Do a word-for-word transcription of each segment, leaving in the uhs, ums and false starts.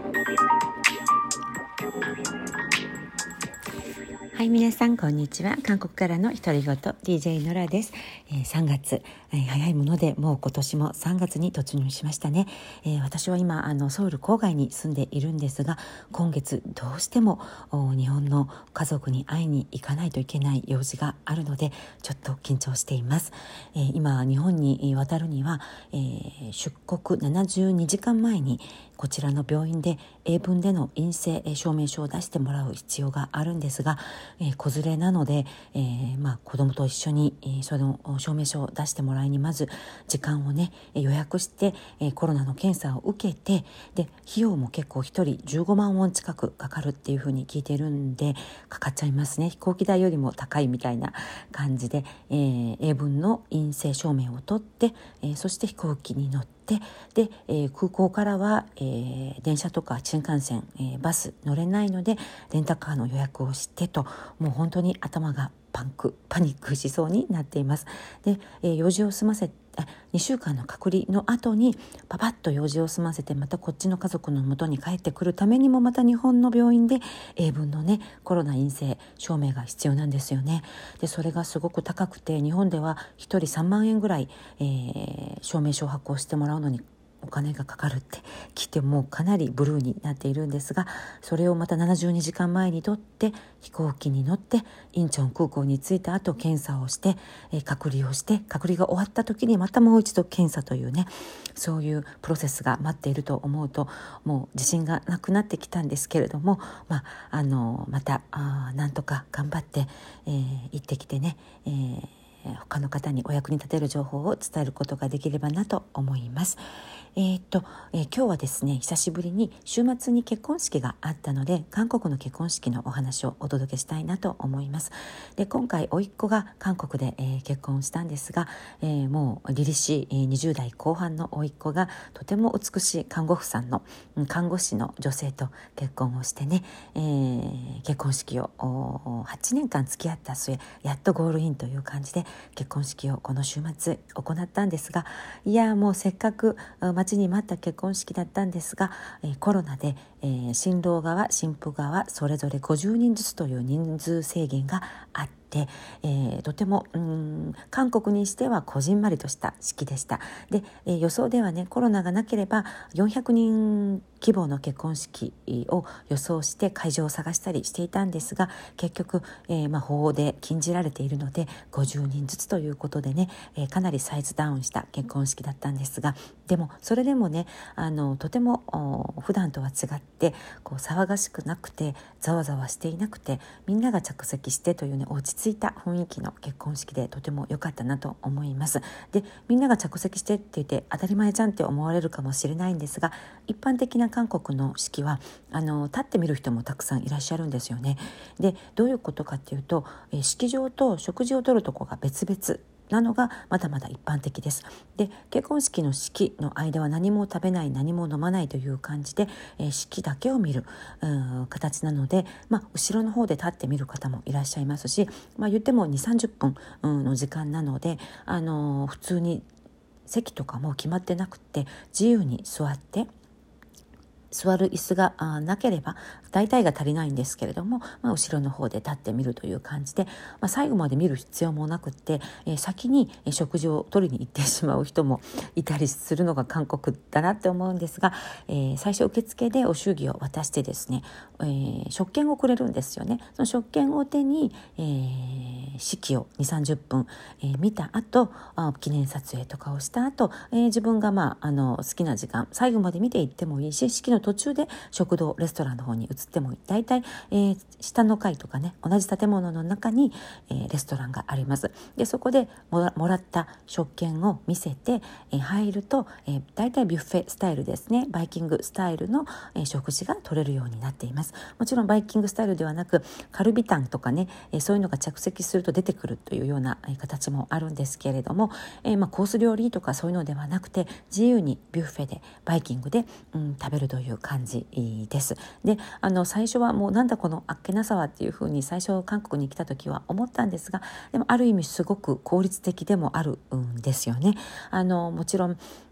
はい、皆さんこんにちは。韓国からの独り言 ディージェー ノラです。えー、さんがつ、えー、早いものでもう今年もさんがつに突入しましたね。えー、私は今あのソウル郊外に住んでいるんですが、今月どうしても日本の家族に会いに行かないといけない用事があるのでちょっと緊張しています。えー、今日本に渡るには、えー、出国ななじゅうにじかんまえにこちらの病院で英文での陰性証明書を出してもらう必要があるんですが、えー、子連れなので、えーまあ、子供と一緒に、えー、その証明書を出してもらいにまず時間をね予約して、えー、コロナの検査を受けて、で費用も結構一人じゅうごまんウォン近くかかるっていうふうに聞いてるんでかかっちゃいますね。飛行機代よりも高いみたいな感じで、えー、英文の陰性証明を取って、えー、そして飛行機に乗ってで、えー、空港からは、えー、電車とか新幹線、えー、バス乗れないのでレンタカーの予約をしてと、もう本当に頭がパンクパニックしそうになっています。で、えー、用事を済ませにしゅうかんの隔離の後にパパッと用事を済ませてまたこっちの家族の元に帰ってくるためにもまた日本の病院で英文のねコロナ陰性証明が必要なんですよね。でそれがすごく高くて日本ではひとりさんまんえんぐらい、えー、証明書を発行してもらうのにお金がかかるって聞いてもうかなりブルーになっているんですが、それをまたななじゅうにじかんまえにとって飛行機に乗ってインチョン空港に着いた後検査をして、えー、隔離をして隔離が終わった時にまたもう一度検査というね、そういうプロセスが待っていると思うともう自信がなくなってきたんですけれども、まあ、あのまたあなんとか頑張って、えー、行ってきてね、えー他の方にお役に立てる情報を伝えることができればなと思います。えーっとえー、今日はですね久しぶりに週末に結婚式があったので韓国の結婚式のお話をお届けしたいなと思います。で今回甥っ子が韓国で、えー、結婚したんですが、えー、もう凛々しい、えー、にじゅう代後半の甥っ子がとても美しい看護婦さんの看護師の女性と結婚をしてね、えー、結婚式をはちねんかん付き合った末やっとゴールインという感じで結婚式をこの週末行ったんですが、いやもうせっかく待ちに待った結婚式だったんですが、えー、コロナで、えー、新郎側新婦側それぞれごじゅうにんずつという人数制限があってでえー、とてもうん韓国にしてはこじんまりとした式でした。で、えー、予想ではねコロナがなければよんひゃくにん規模の結婚式を予想して会場を探したりしていたんですが結局、えーまあ、法で禁じられているのでごじゅうにんずつということでね、えー、かなりサイズダウンした結婚式だったんですが、でもそれでもねあのとても普段とは違ってこう騒がしくなくてざわざわしていなくてみんなが着席してというね落ち着いた雰囲気の結婚式でとても良かったなと思います。でみんなが着席してって言って当たり前じゃんって思われるかもしれないんですが一般的な韓国の式はあの立ってみる人もたくさんいらっしゃるんですよね。でどういうことかっていうと、え式場と食事をとるところが別々なのがまだまだ一般的です。で結婚式の式の間は何も食べない何も飲まないという感じで、えー、式だけを見る形なので、まあ、後ろの方で立って見る方もいらっしゃいますし、まあ、言ってもにじゅうさんじゅっぷんの時間なので、あのー、普通に席とかも決まってなくて自由に座って座る椅子がなければ大体が足りないんですけれども、まあ、後ろの方で立ってみるという感じで、まあ、最後まで見る必要もなくって、えー、先に食事を取りに行ってしまう人もいたりするのが韓国だなって思うんですが、えー、最初受付でお祝儀を渡してですね、えー、食券をくれるんですよね。その食券を手に、えー、式をにじゅうさんじゅっぷん、えー、見た後あ記念撮影とかをした後、えー、自分が、まあ、あの好きな時間最後まで見ていってもいいし式の途中で食堂レストランの方に移ってもいい。大体、えー、下の階とかね同じ建物の中に、えー、レストランがあります。でそこでも ら, もらった食券を見せて、えー、入ると、えー、大体ビュッフェスタイルですね。バイキングスタイルの、えー、食事が取れるようになっています。もちろんバイキングスタイルではなくカルビタンとかね、えー、そういうのが着席すると出てくるというような、えー、形もあるんですけれども、えーまあ、コース料理とかそういうのではなくて自由にビュッフェでバイキングで、うん、食べるという感じです。であの最初はもうなんだこのあっけなさはっていうふうに最初韓国に来た時は思ったんですが、でもある意味すごく効率的でもあるんですよね。あのもちろん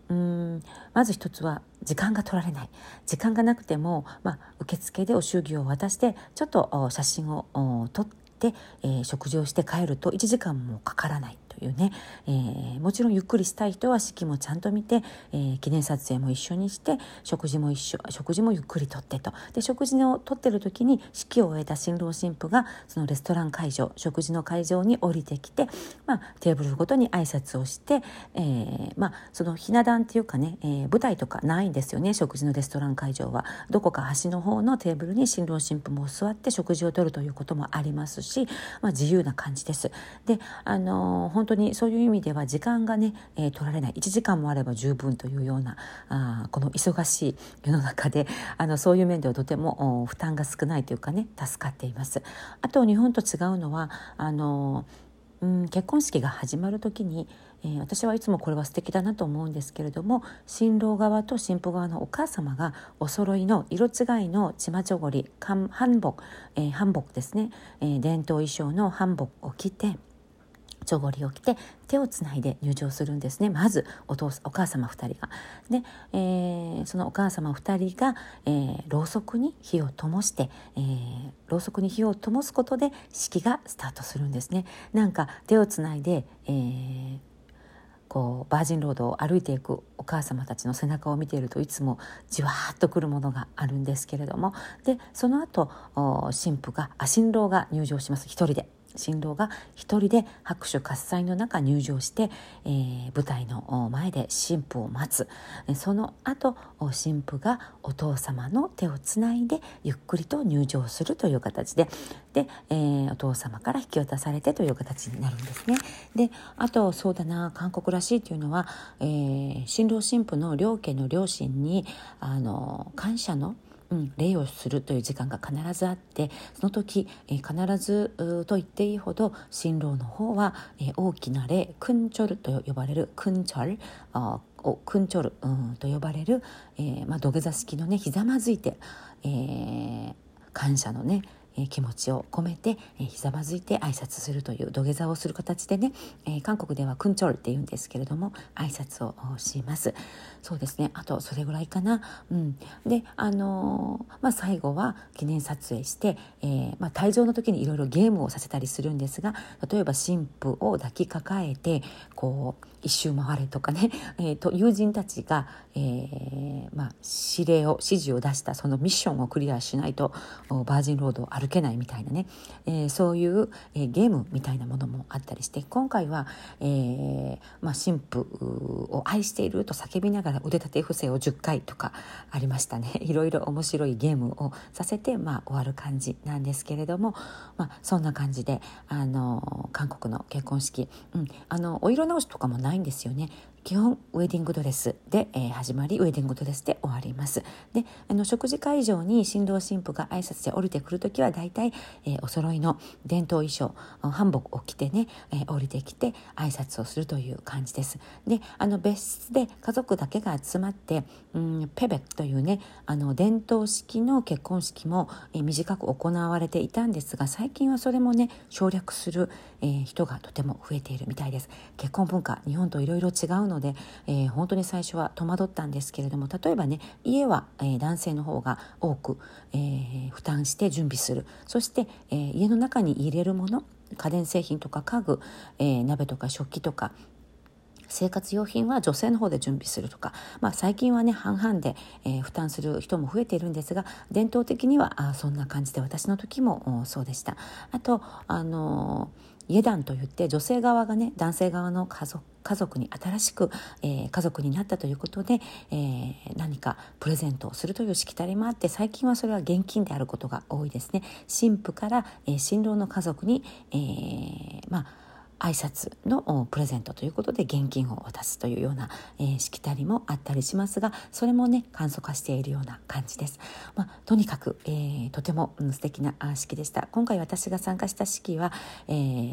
うーんまず一つは時間が取られない。時間がなくても、まあ、受付でお祝儀を渡してちょっと写真を撮って、えー、食事をして帰るといちじかんもかからないというね、えー、もちろんゆっくりしたい人は式もちゃんと見て、えー、記念撮影も一緒にして食事も一緒食事もゆっくりとってとで食事をとってる時に式を終えた新郎新婦がそのレストラン会場食事の会場に降りてきて、まあ、テーブルごとに挨拶をして、えーまあ、そのひな壇っていうかね、えー、舞台とかないんですよね。食事のレストラン会場はどこか端の方のテーブルに新郎新婦も座って食事をとるということもありますし、まあ、自由な感じです。で、あのー、本当にそういう意味では時間がね、えー、取られないいちじかんもあれば十分というようなあこの忙しい世の中であのそういう面ではとても負担が少ないというかね助かっています。あと日本と違うのはあのー、うん結婚式が始まる時にえー、私はいつもこれは素敵だなと思うんですけれども新郎側と新婦側のお母様がお揃いの色違いのチマチョゴリハンボク、えー、ハンボクですね、えー、伝統衣装のハンボクを着てチョゴリを着て手をつないで入場するんですね。まず お, 父お母様ふたりがで、えー、そのお母様ふたりが、えー、ろうそくに火を灯して、えー、ろうそくに火を灯すことで式がスタートするんですね。なんか手をつないで、えーこうバージンロードを歩いていくお母様たちの背中を見ているといつもじわーっとくるものがあるんですけれどもでその後新婦があ新郎が入場します。一人で新郎が一人で拍手喝采の中入場して、えー、舞台の前で新婦を待つ。その後新婦がお父様の手をつないでゆっくりと入場するという形でで、えー、お父様から引き渡されてという形になるんですね。であとそうだな韓国らしいというのは、えー、新郎新婦の両家の両親にあの感謝のうん、礼をするという時間が必ずあってその時、えー、必ずと言っていいほど新郎の方は、えー、大きな礼クンチョルと呼ばれるクンチョルあクンチョル、うん、と呼ばれる、えーまあ、土下座式のねひざまずいて、えー、感謝のね気持ちを込めて、えー、ひざまずいて挨拶するという土下座をする形でね、えー、韓国ではクンチョルって言うんですけれども挨拶をします。そうですねあとそれぐらいかな、うん、で、あのーまあ、最後は記念撮影して、えーまあ、退場の時にいろいろゲームをさせたりするんですが例えば新婦を抱きかかえてこう一周回れとかね、えー、と友人たちが、えーまあ、指令を指示を出したそのミッションをクリアしないとバージンロードを歩けないみたいなね、えー、そういう、えー、ゲームみたいなものもあったりして今回は、えーまあ、新婦を愛していると叫びながら腕立て伏せをじゅっかいとかありましたね。いろいろ面白いゲームをさせて、まあ、終わる感じなんですけれども、まあ、そんな感じであの韓国の結婚式、うん、あのお色直しとかもないんですよね。基本ウェディングドレスで、えー、始まりウェディングドレスで終わります。であの食事会場に新郎新婦が挨拶で降りてくるときはだいたい、えー、お揃いの伝統衣装韓服を着てね、えー、降りてきて挨拶をするという感じです。であの別室で家族だけが集まって、うん、ペベというねあの伝統式の結婚式も、えー、短く行われていたんですが最近はそれもね省略する、えー、人がとても増えているみたいです。結婚文化日本といろいろ違うので、えー、本当に最初は戸惑ったんですけれども例えばね家は、えー、男性の方が多く、えー、負担して準備する。そして、えー、家の中に入れるもの家電製品とか家具、えー、鍋とか食器とか生活用品は女性の方で準備するとか、まあ、最近はね半々で、えー、負担する人も増えているんですが伝統的にはあそんな感じで私の時もそうでした。あとあのーイエダンといって女性側がね男性側の家族家族に新しく、えー、家族になったということで、えー、何かプレゼントをするというしきたりもあって最近はそれは現金であることが多いですね。新婦から、えー、新郎の家族に、えー、まあ挨拶のプレゼントということで現金を渡すというような、えー、しきたりもあったりしますがそれもね簡素化しているような感じです。まあ、とにかく、えー、とても、うん、素敵な式でした。今回私が参加した式は、えー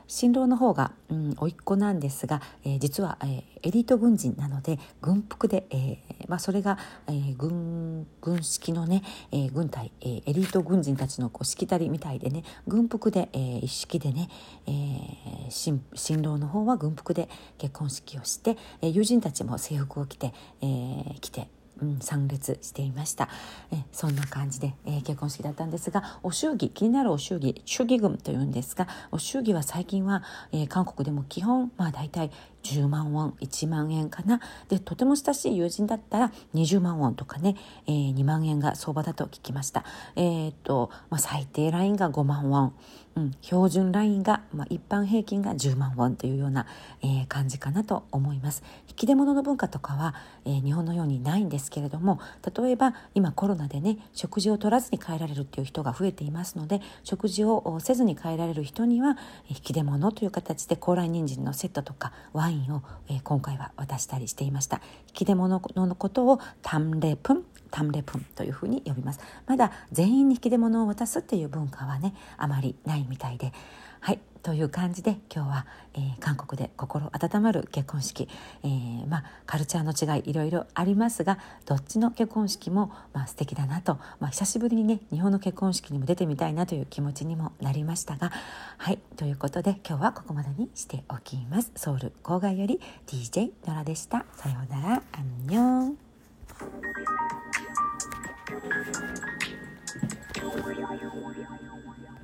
新郎の方が、うん、甥っ子なんですが、えー、実は、えー、エリート軍人なので軍服で、えーまあ、それが、えー、軍軍式のね、えー、軍隊、えー、エリート軍人たちのこうしきたりみたいでね、軍服で、えー、一式でね、えー、新, 新郎の方は軍服で結婚式をして、えー、友人たちも制服を着て、えー、着てうん、参列していました。えそんな感じで、えー、結婚式だったんですが、お祝儀、気になるお祝儀、祝儀組というんですが、お祝儀は最近は、えー、韓国でも基本、まあ大体じゅうまんウォン、いちまんえんかな。で、とても親しい友人だったらにじゅうまんウォンとかね、えー、にまんえんが相場だと聞きました。えー、っと、まあ、最低ラインがごまんウォン、うん、標準ラインが、まあ、一般平均がじゅうまんウォンというような、えー、感じかなと思います。引き出物の文化とかは、えー、日本のようにないんですけれども、例えば今コロナでね、食事を取らずに帰られるっていう人が増えていますので、食事をせずに帰られる人には引き出物という形で高麗人参のセットとかワインを、えー、今回は渡したりしていました。引き出物のことをタンレプンタンレプンというふうに呼びます。まだ全員に引き出物を渡すっていう文化はね、あまりないみたいで、はいという感じで今日は、えー、韓国で心温まる結婚式、えーまあ、カルチャーの違いいろいろありますが、どっちの結婚式も、まあ、素敵だなと、まあ、久しぶりにね日本の結婚式にも出てみたいなという気持ちにもなりましたが、はいということで今日はここまでにしておきます。ソウル郊外より ディージェー ノラでした。さようなら、アンニョン。